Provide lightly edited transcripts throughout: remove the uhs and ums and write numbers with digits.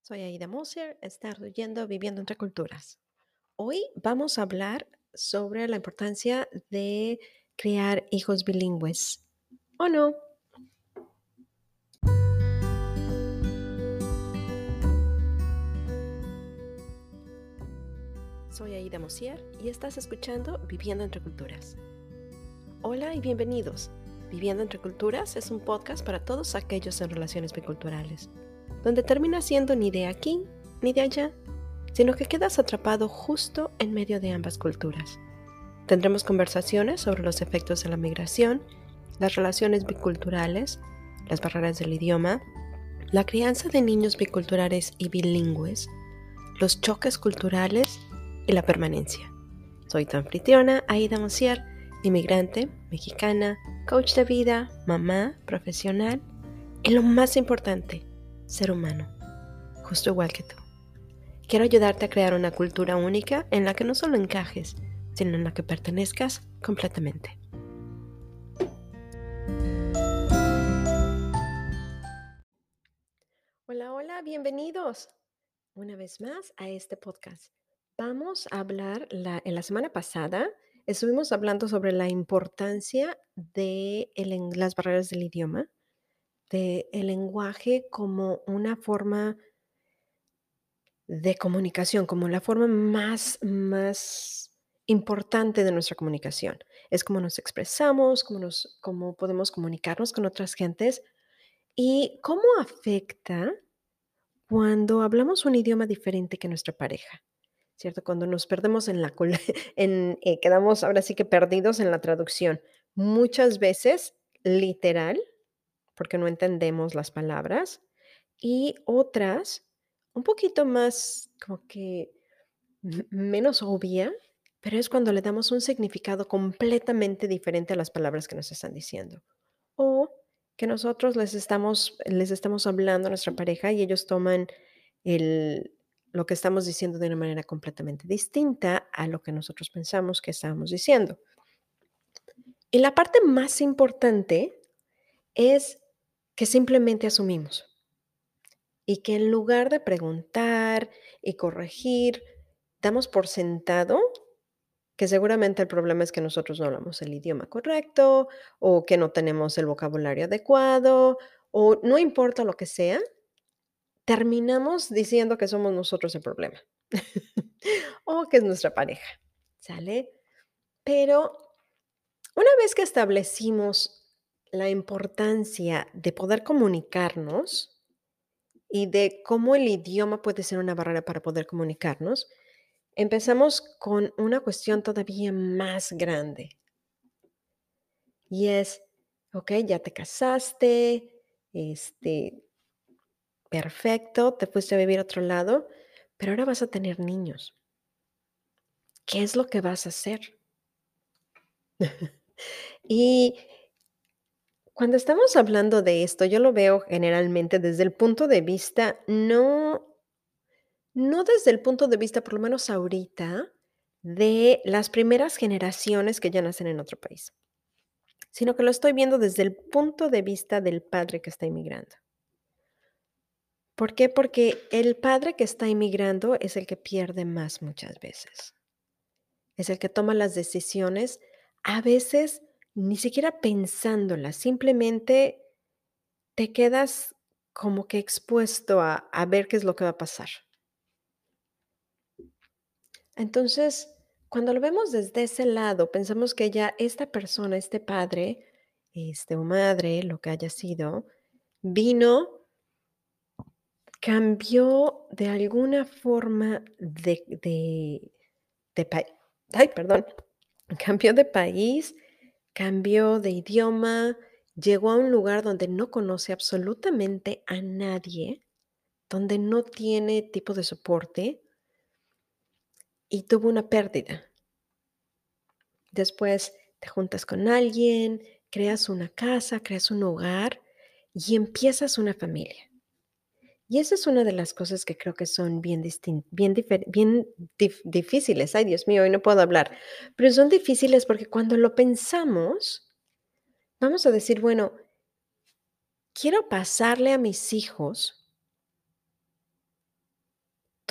Soy Aida Moser, estar oyendo Viviendo entre Culturas. Hoy vamos a hablar sobre la importancia de criar hijos bilingües. ¿O no? Soy Aida Mosier y estás escuchando Viviendo entre Culturas. Hola y bienvenidos. Viviendo entre Culturas es un podcast para todos aquellos en relaciones biculturales, donde termina siendo ni de aquí ni de allá, sino que quedas atrapado justo en medio de ambas culturas. Tendremos conversaciones sobre los efectos de la migración, las relaciones biculturales, las barreras del idioma, la crianza de niños biculturales y bilingües, los choques culturales y la permanencia. Soy tu anfitriona, Aida Mosier, inmigrante, mexicana, coach de vida, mamá, profesional y lo más importante, ser humano, justo igual que tú. Quiero ayudarte a crear una cultura única en la que no solo encajes, sino en la que pertenezcas completamente. Hola, hola, bienvenidos una vez más a este podcast. Vamos a hablar, en la semana pasada estuvimos hablando sobre la importancia de las barreras del idioma, de el lenguaje como una forma de comunicación, como la forma más importante de nuestra comunicación. Es como nos expresamos, cómo podemos comunicarnos con otras gentes y cómo afecta cuando hablamos un idioma diferente que nuestra pareja, ¿cierto? Cuando nos perdemos en quedamos ahora sí que perdidos en la traducción. Muchas veces literal, porque no entendemos las palabras, y otras un poquito más como que menos obvia, pero es cuando le damos un significado completamente diferente a las palabras que nos están diciendo. O que nosotros les estamos hablando a nuestra pareja y ellos toman el, lo que estamos diciendo de una manera completamente distinta a lo que nosotros pensamos que estábamos diciendo. Y la parte más importante es que simplemente asumimos y que en lugar de preguntar y corregir, damos por sentado que seguramente el problema es que nosotros no hablamos el idioma correcto o que no tenemos el vocabulario adecuado o no importa lo que sea, terminamos diciendo que somos nosotros el problema o que es nuestra pareja, ¿sale? Pero una vez que establecimos la importancia de poder comunicarnos y de cómo el idioma puede ser una barrera para poder comunicarnos, empezamos con una cuestión todavía más grande. Y es, okey, ya te casaste, perfecto, te fuiste a vivir a otro lado, pero ahora vas a tener niños. ¿Qué es lo que vas a hacer? Y cuando estamos hablando de esto, yo lo veo generalmente desde el punto de vista, no desde el punto de vista, por lo menos ahorita, de las primeras generaciones que ya nacen en otro país, sino que lo estoy viendo desde el punto de vista del padre que está inmigrando. ¿Por qué? Porque el padre que está inmigrando es el que pierde más muchas veces. Es el que toma las decisiones, a veces ni siquiera pensándolas, simplemente te quedas como que expuesto a ver qué es lo que va a pasar. Entonces, cuando lo vemos desde ese lado, pensamos que ya esta persona, este padre, o madre, lo que haya sido, vino, cambió de alguna forma de pa ay, perdón, cambió de país, cambió de idioma, llegó a un lugar donde no conoce absolutamente a nadie, donde no tiene tipo de soporte y tuvo una pérdida. Después te juntas con alguien, creas una casa, creas un hogar y empiezas una familia. Y esa es una de las cosas que creo que son bien difíciles. Ay, Dios mío, hoy no puedo hablar. Pero son difíciles porque cuando lo pensamos, vamos a decir, bueno, quiero pasarle a mis hijos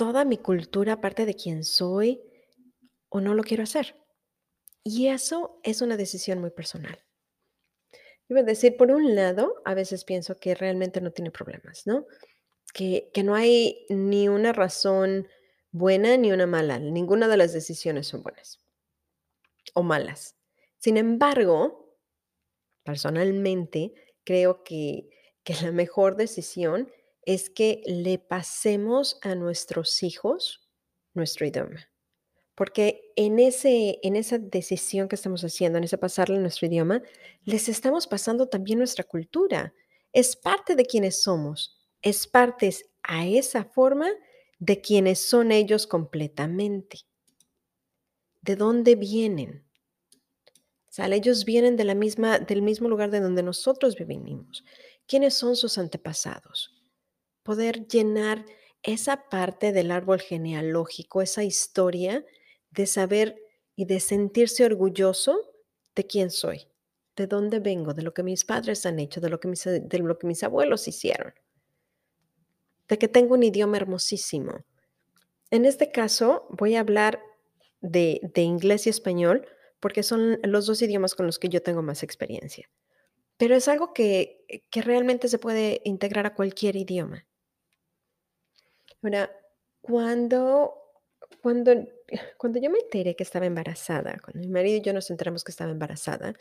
toda mi cultura parte de quién soy o no lo quiero hacer? Y eso es una decisión muy personal. Iba a decir, por un lado, a veces pienso que realmente no tiene problemas, ¿no? Que no hay ni una razón buena ni una mala. Ninguna de las decisiones son buenas o malas. Sin embargo, personalmente, creo que la mejor decisión es que le pasemos a nuestros hijos nuestro idioma. Porque en esa decisión que estamos haciendo, en ese pasarle nuestro idioma, les estamos pasando también nuestra cultura. Es parte de quienes somos, es parte a esa forma de quienes son ellos completamente. ¿De dónde vienen? O sea, ellos vienen de la misma, del mismo lugar de donde nosotros venimos. ¿Quiénes son sus antepasados? Poder llenar esa parte del árbol genealógico, esa historia de saber y de sentirse orgulloso de quién soy, de dónde vengo, de lo que mis padres han hecho, de lo que mis abuelos hicieron, de que tengo un idioma hermosísimo. En este caso, voy a hablar de inglés y español porque son los dos idiomas con los que yo tengo más experiencia. Pero es algo que realmente se puede integrar a cualquier idioma. Ahora, cuando, cuando, cuando yo me enteré que estaba embarazada, cuando mi marido y yo nos enteramos que estaba embarazada,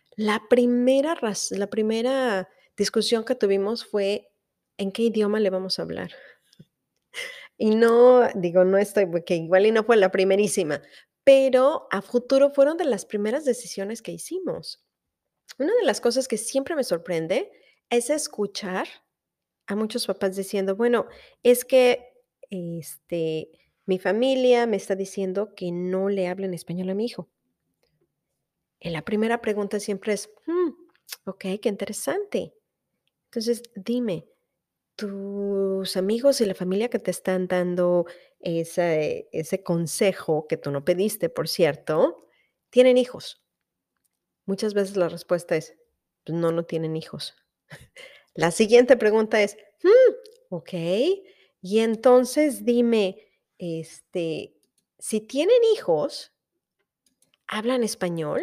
la primera discusión que tuvimos fue en qué idioma le vamos a hablar. Y no, digo, no estoy, porque igual y no fue la primerísima, pero a futuro fueron de las primeras decisiones que hicimos. Una de las cosas que siempre me sorprende es escuchar a muchos papás diciendo, bueno, es que este, mi familia me está diciendo que no le hablen español a mi hijo. Y la primera pregunta siempre es, ok, qué interesante. Entonces, dime, tus amigos y la familia que te están dando ese consejo que tú no pediste, por cierto, ¿tienen hijos? Muchas veces la respuesta es, pues no, no tienen hijos. La siguiente pregunta es, okey, y entonces dime, este, si tienen hijos, ¿hablan español?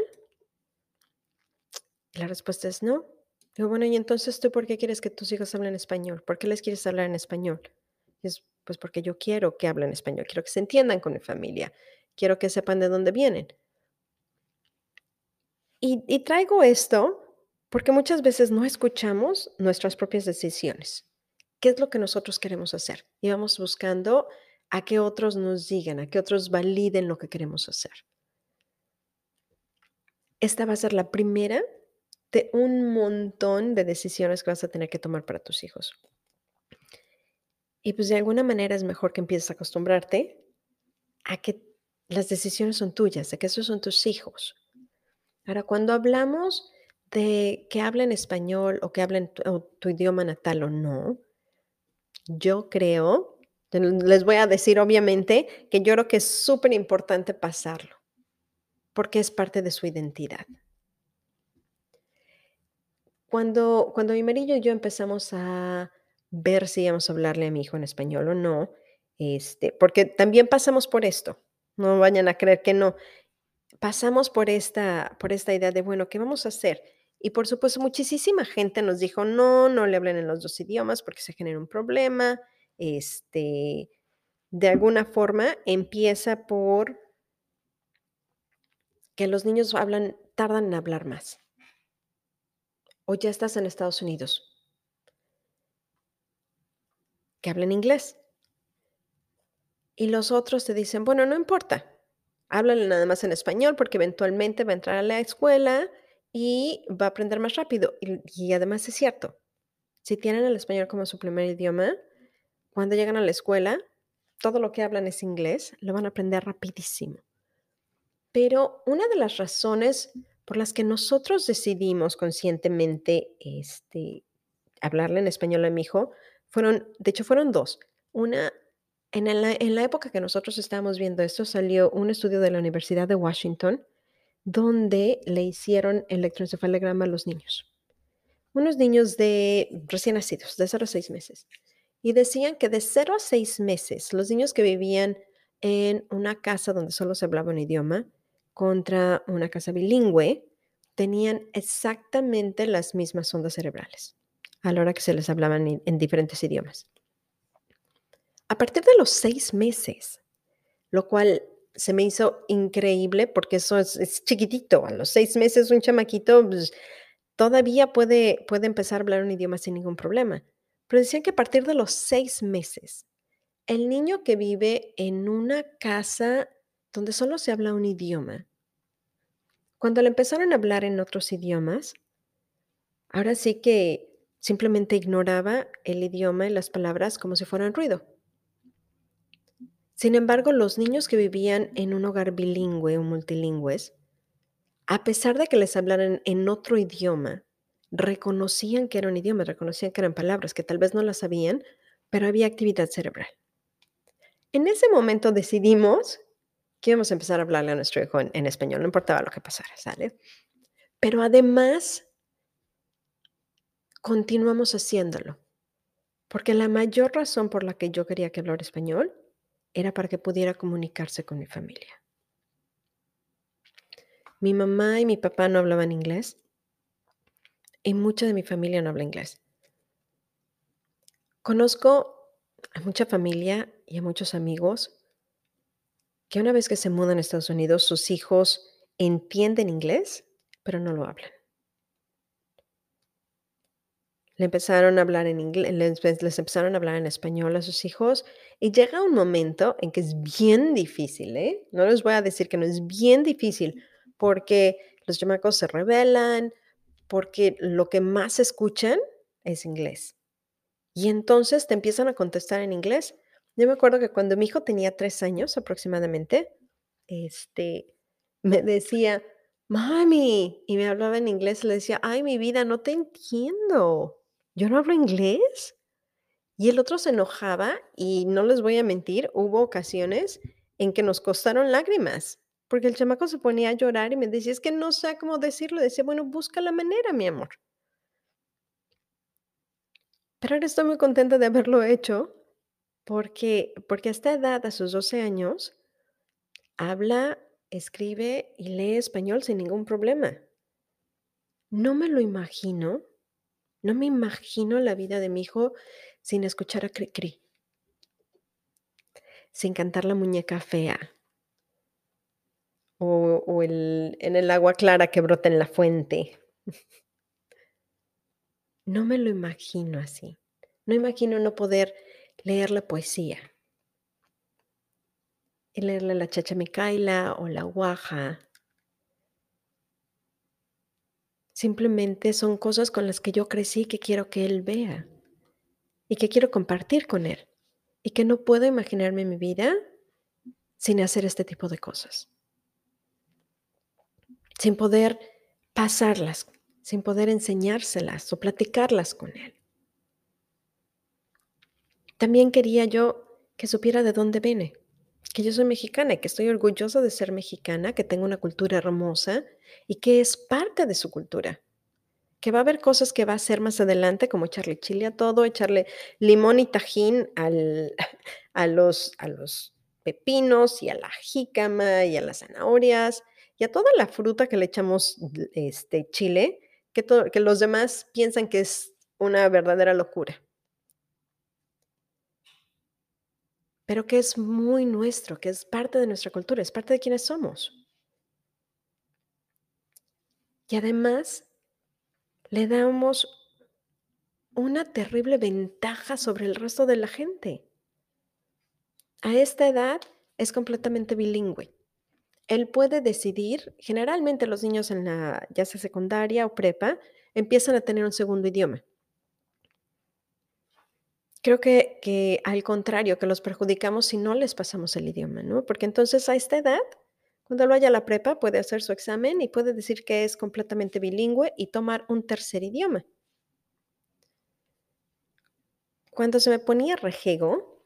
Y la respuesta es no. Digo, bueno, y entonces, ¿tú por qué quieres que tus hijos hablen español? ¿Por qué les quieres hablar en español? Y es, pues, porque yo quiero que hablen español, quiero que se entiendan con mi familia, quiero que sepan de dónde vienen. Y traigo esto porque muchas veces no escuchamos nuestras propias decisiones. ¿Qué es lo que nosotros queremos hacer? Y vamos buscando a que otros nos digan, a que otros validen lo que queremos hacer. Esta va a ser la primera de un montón de decisiones que vas a tener que tomar para tus hijos. Y pues de alguna manera es mejor que empieces a acostumbrarte a que las decisiones son tuyas, de que esos son tus hijos. Ahora, cuando hablamos de que hablen español o que hablen tu idioma natal o no, yo creo, les voy a decir obviamente que yo creo que es súper importante pasarlo, porque es parte de su identidad. Cuando mi marido y yo empezamos a ver si íbamos a hablarle a mi hijo en español o no, porque también pasamos por esto, no vayan a creer que no. Pasamos por esta idea de, bueno, ¿qué vamos a hacer? Y por supuesto, muchísima gente nos dijo, no, no le hablen en los 2 idiomas porque se genera un problema. Este, de alguna forma empieza por que los niños tardan en hablar más. O ya estás en Estados Unidos, que hablen inglés. Y los otros te dicen, bueno, no importa, háblale nada más en español porque eventualmente va a entrar a la escuela y va a aprender más rápido. Y además es cierto, si tienen el español como su primer idioma, cuando llegan a la escuela, todo lo que hablan es inglés, lo van a aprender rapidísimo. Pero una de las razones por las que nosotros decidimos conscientemente, hablarle en español a mi hijo, de hecho, fueron 2. Una, en la época que nosotros estábamos viendo esto, salió un estudio de la Universidad de Washington, donde le hicieron electroencefalograma a los niños. Unos niños de recién nacidos, de 0 a 6 meses. y decían que de 0 a 6 meses, los niños que vivían en una casa donde solo se hablaba un idioma contra una casa bilingüe tenían exactamente las mismas ondas cerebrales a la hora que se les hablaban en diferentes idiomas. A partir de los 6 meses, lo cual se me hizo increíble porque eso es chiquitito. A los 6 meses, un chamaquito pues, todavía puede empezar a hablar un idioma sin ningún problema. Pero decían que a partir de los 6 meses, el niño que vive en una casa donde solo se habla un idioma, cuando le empezaron a hablar en otros idiomas, ahora sí que simplemente ignoraba el idioma y las palabras como si fueran ruido. Sin embargo, los niños que vivían en un hogar bilingüe o multilingües, a pesar de que les hablaran en otro idioma, reconocían que era un idioma, reconocían que eran palabras, que tal vez no las sabían, pero había actividad cerebral. En ese momento decidimos que íbamos a empezar a hablarle a nuestro hijo en español, no importaba lo que pasara, ¿sale? Pero además continuamos haciéndolo, porque la mayor razón por la que yo quería que hablara español era para que pudiera comunicarse con mi familia. Mi mamá y mi papá no hablaban inglés y mucha de mi familia no habla inglés. Conozco a mucha familia y a muchos amigos que una vez que se mudan a Estados Unidos, sus hijos entienden inglés, pero no lo hablan. Le empezaron a hablar en inglés, les empezaron a hablar en español a sus hijos y llega un momento en que es bien difícil, ¿eh? No les voy a decir que no es bien difícil porque los chamacos se rebelan, porque lo que más escuchan es inglés. Y entonces te empiezan a contestar en inglés. Yo me acuerdo que cuando mi hijo tenía 3 años aproximadamente, este, me decía: "Mami", y me hablaba en inglés, le decía: "Ay, mi vida, no te entiendo, ¿yo no hablo inglés?". Y el otro se enojaba, y no les voy a mentir, hubo ocasiones en que nos costaron lágrimas, porque el chamaco se ponía a llorar y me decía: "Es que no sé cómo decirlo". Decía: "Bueno, busca la manera, mi amor". Pero ahora estoy muy contenta de haberlo hecho, porque a esta edad, a sus 12 años, habla, escribe y lee español sin ningún problema. No me lo imagino, no me imagino la vida de mi hijo sin escuchar a Cricri, sin cantar La Muñeca Fea, o el En el agua clara que brota en la fuente. No me lo imagino así. No imagino no poder leerle poesía y leerle La Chacha Micaela o La Guaja. Simplemente son cosas con las que yo crecí que quiero que él vea y que quiero compartir con él, y que no puedo imaginarme mi vida sin hacer este tipo de cosas, sin poder pasarlas, sin poder enseñárselas o platicarlas con él. También quería yo que supiera de dónde viene, que yo soy mexicana y que estoy orgullosa de ser mexicana, que tengo una cultura hermosa y que es parte de su cultura. Que va a haber cosas que va a hacer más adelante, como echarle chile a todo, echarle limón y tajín a los pepinos, y a la jícama, y a las zanahorias, y a toda la fruta que le echamos, chile, que los demás piensan que es una verdadera locura, pero que es muy nuestro, que es parte de nuestra cultura, es parte de quienes somos. Y además, le damos una terrible ventaja sobre el resto de la gente. A esta edad es completamente bilingüe. Él puede decidir, generalmente los niños en la, ya sea secundaria o prepa, empiezan a tener un segundo idioma. Creo que al contrario, que los perjudicamos si no les pasamos el idioma, ¿no? Porque entonces a esta edad, cuando él vaya a la prepa, puede hacer su examen y puede decir que es completamente bilingüe y tomar un tercer idioma. Cuando se me ponía rejego,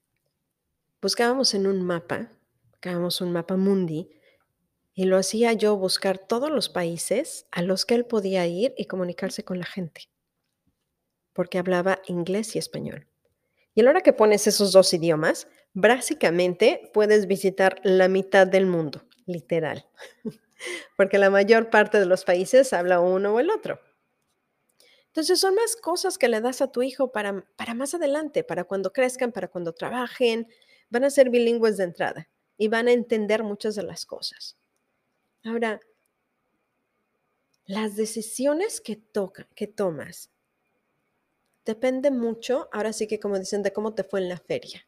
buscábamos un mapa mundi. Y lo hacía yo buscar todos los países a los que él podía ir y comunicarse con la gente, porque hablaba inglés y español. Y a la hora que pones esos 2 idiomas, básicamente puedes visitar la mitad del mundo, literal, porque la mayor parte de los países habla uno o el otro. Entonces, son más cosas que le das a tu hijo para más adelante, para cuando crezcan, para cuando trabajen. Van a ser bilingües de entrada y van a entender muchas de las cosas. Ahora, las decisiones que tomas, depende mucho, ahora sí que como dicen, de cómo te fue en la feria.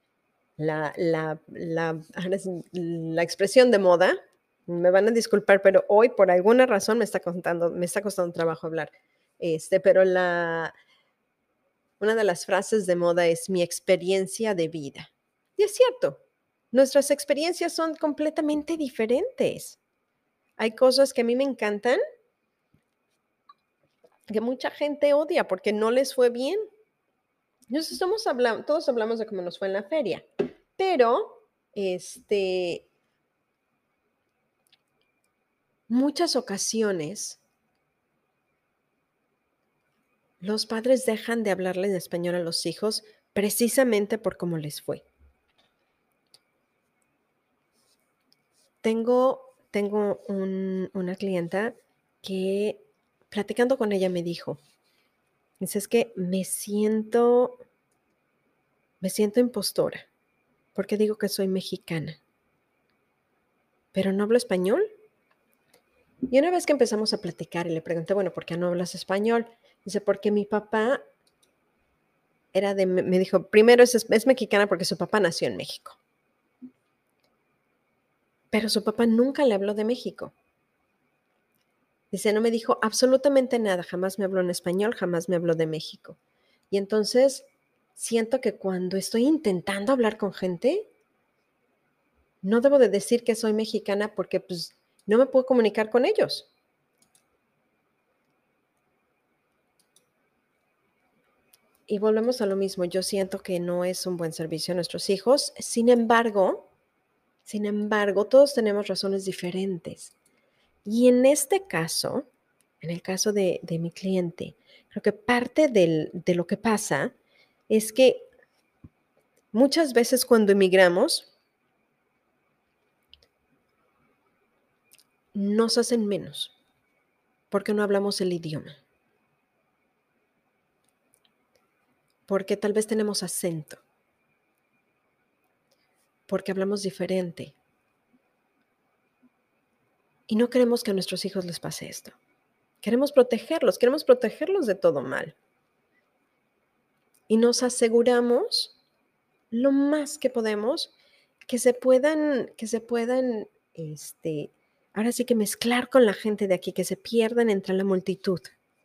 Ahora sí, la expresión de moda, me van a disculpar, pero hoy por alguna razón me está costando trabajo hablar. Pero una de las frases de moda es mi experiencia de vida. Y es cierto, nuestras experiencias son completamente diferentes. Hay cosas que a mí me encantan que mucha gente odia porque no les fue bien. Entonces todos hablamos de cómo nos fue en la feria, pero muchas ocasiones los padres dejan de hablarle en español a los hijos precisamente por cómo les fue. Tengo una clienta que platicando con ella me dijo, dice, es que me siento impostora, porque digo que soy mexicana, pero no hablo español. Y una vez que empezamos a platicar y le pregunté, bueno, ¿por qué no hablas español? Dice, porque mi papá me dijo, primero es mexicana porque su papá nació en México, pero su papá nunca le habló de México. Dice, no me dijo absolutamente nada, jamás me habló en español, jamás me habló de México. Y entonces siento que cuando estoy intentando hablar con gente, no debo de decir que soy mexicana porque pues no me puedo comunicar con ellos. Y volvemos a lo mismo, yo siento que no es un buen servicio a nuestros hijos. Sin embargo, todos tenemos razones diferentes. Y en el caso de mi cliente, creo que parte de lo que pasa es que muchas veces cuando emigramos nos hacen menos porque no hablamos el idioma, porque tal vez tenemos acento, porque hablamos diferente y no queremos que a nuestros hijos les pase esto. Queremos protegerlos de todo mal. Y nos aseguramos lo más que podemos que se puedan, ahora sí que mezclar con la gente de aquí, que se pierdan entre la multitud.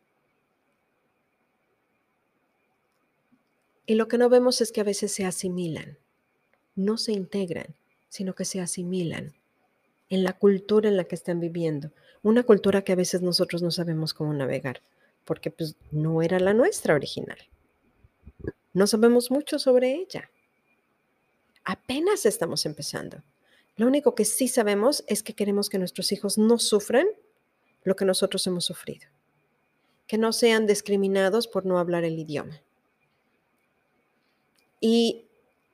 Y lo que no vemos es que a veces se asimilan, no se integran, sino que se asimilan en la cultura en la que están viviendo. Una cultura que a veces nosotros no sabemos cómo navegar, porque pues no era la nuestra original. No sabemos mucho sobre ella. Apenas estamos empezando. Lo único que sí sabemos es que queremos que nuestros hijos no sufran lo que nosotros hemos sufrido, que no sean discriminados por no hablar el idioma. Y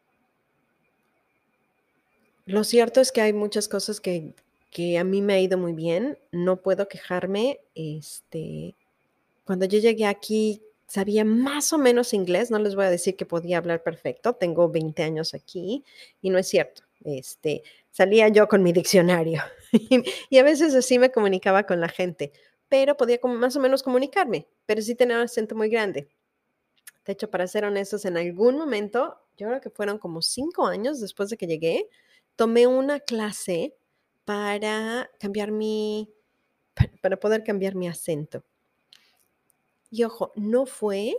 lo cierto es que hay muchas cosas que a mí me ha ido muy bien, no puedo quejarme. Cuando yo llegué aquí sabía más o menos inglés, no les voy a decir que podía hablar perfecto, tengo 20 años aquí y no es cierto. Salía yo con mi diccionario y a veces así me comunicaba con la gente, pero podía como más o menos comunicarme, pero sí tenía un acento muy grande. De hecho, para ser honestos, en algún momento, yo creo que fueron como 5 años después de que llegué, tomé una clase para cambiar para poder cambiar mi acento. Y ojo, no fue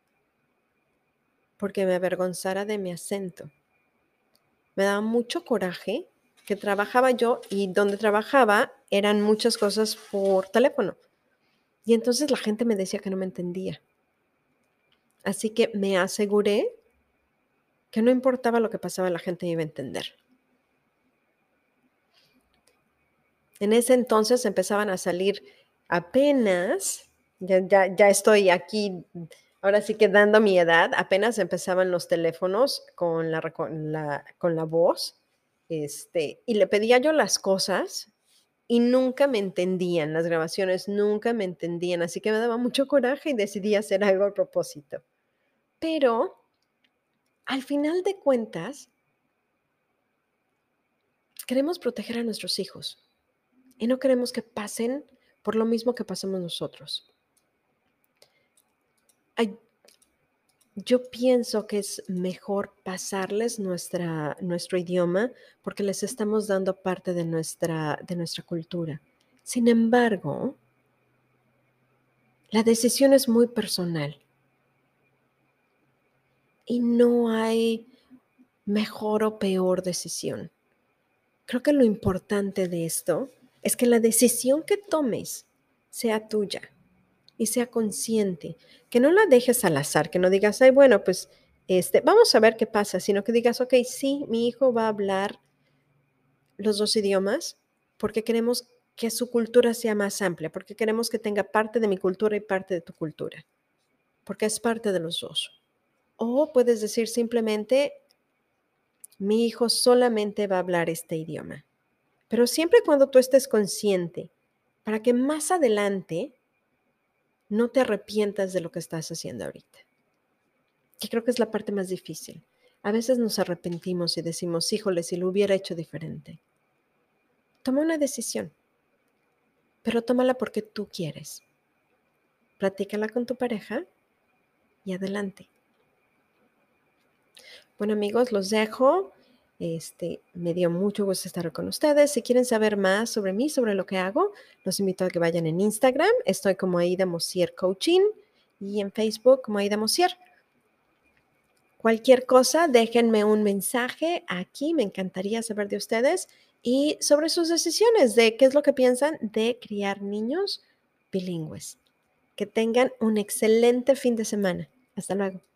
porque me avergonzara de mi acento. Me daba mucho coraje que trabajaba yo y donde trabajaba eran muchas cosas por teléfono. Y entonces la gente me decía que no me entendía. Así que me aseguré que no importaba lo que pasaba, la gente me iba a entender. En ese entonces empezaban a salir apenas, ya estoy aquí Ahora sí que dando mi edad, apenas empezaban los teléfonos con la voz, y le pedía yo las cosas y nunca me entendían, las grabaciones nunca me entendían, así que me daba mucho coraje y decidí hacer algo a propósito. Pero al final de cuentas, queremos proteger a nuestros hijos y no queremos que pasen por lo mismo que pasamos nosotros. Ay, yo pienso que es mejor pasarles nuestro idioma porque les estamos dando parte de nuestra cultura. Sin embargo, la decisión es muy personal y no hay mejor o peor decisión. Creo que lo importante de esto es que la decisión que tomes sea tuya y sea consciente, que no la dejes al azar, que no digas, ay, bueno, pues vamos a ver qué pasa, sino que digas, ok, sí, mi hijo va a hablar los dos idiomas porque queremos que su cultura sea más amplia, porque queremos que tenga parte de mi cultura y parte de tu cultura, porque es parte de los dos. O puedes decir simplemente, mi hijo solamente va a hablar este idioma. Pero siempre y cuando tú estés consciente, para que más adelante no te arrepientas de lo que estás haciendo ahorita, que creo que es la parte más difícil. A veces nos arrepentimos y decimos, híjole, si lo hubiera hecho diferente. Toma una decisión, pero tómala porque tú quieres. Platícala con tu pareja y adelante. Bueno, amigos, los dejo. Me dio mucho gusto estar con ustedes. Si quieren saber más sobre mí, sobre lo que hago, los invito a que vayan en Instagram. Estoy como Aida Mosier Coaching y en Facebook como Aida Mosier. Cualquier cosa, déjenme un mensaje aquí. Me encantaría saber de ustedes y sobre sus decisiones de qué es lo que piensan de criar niños bilingües. Que tengan un excelente fin de semana. Hasta luego.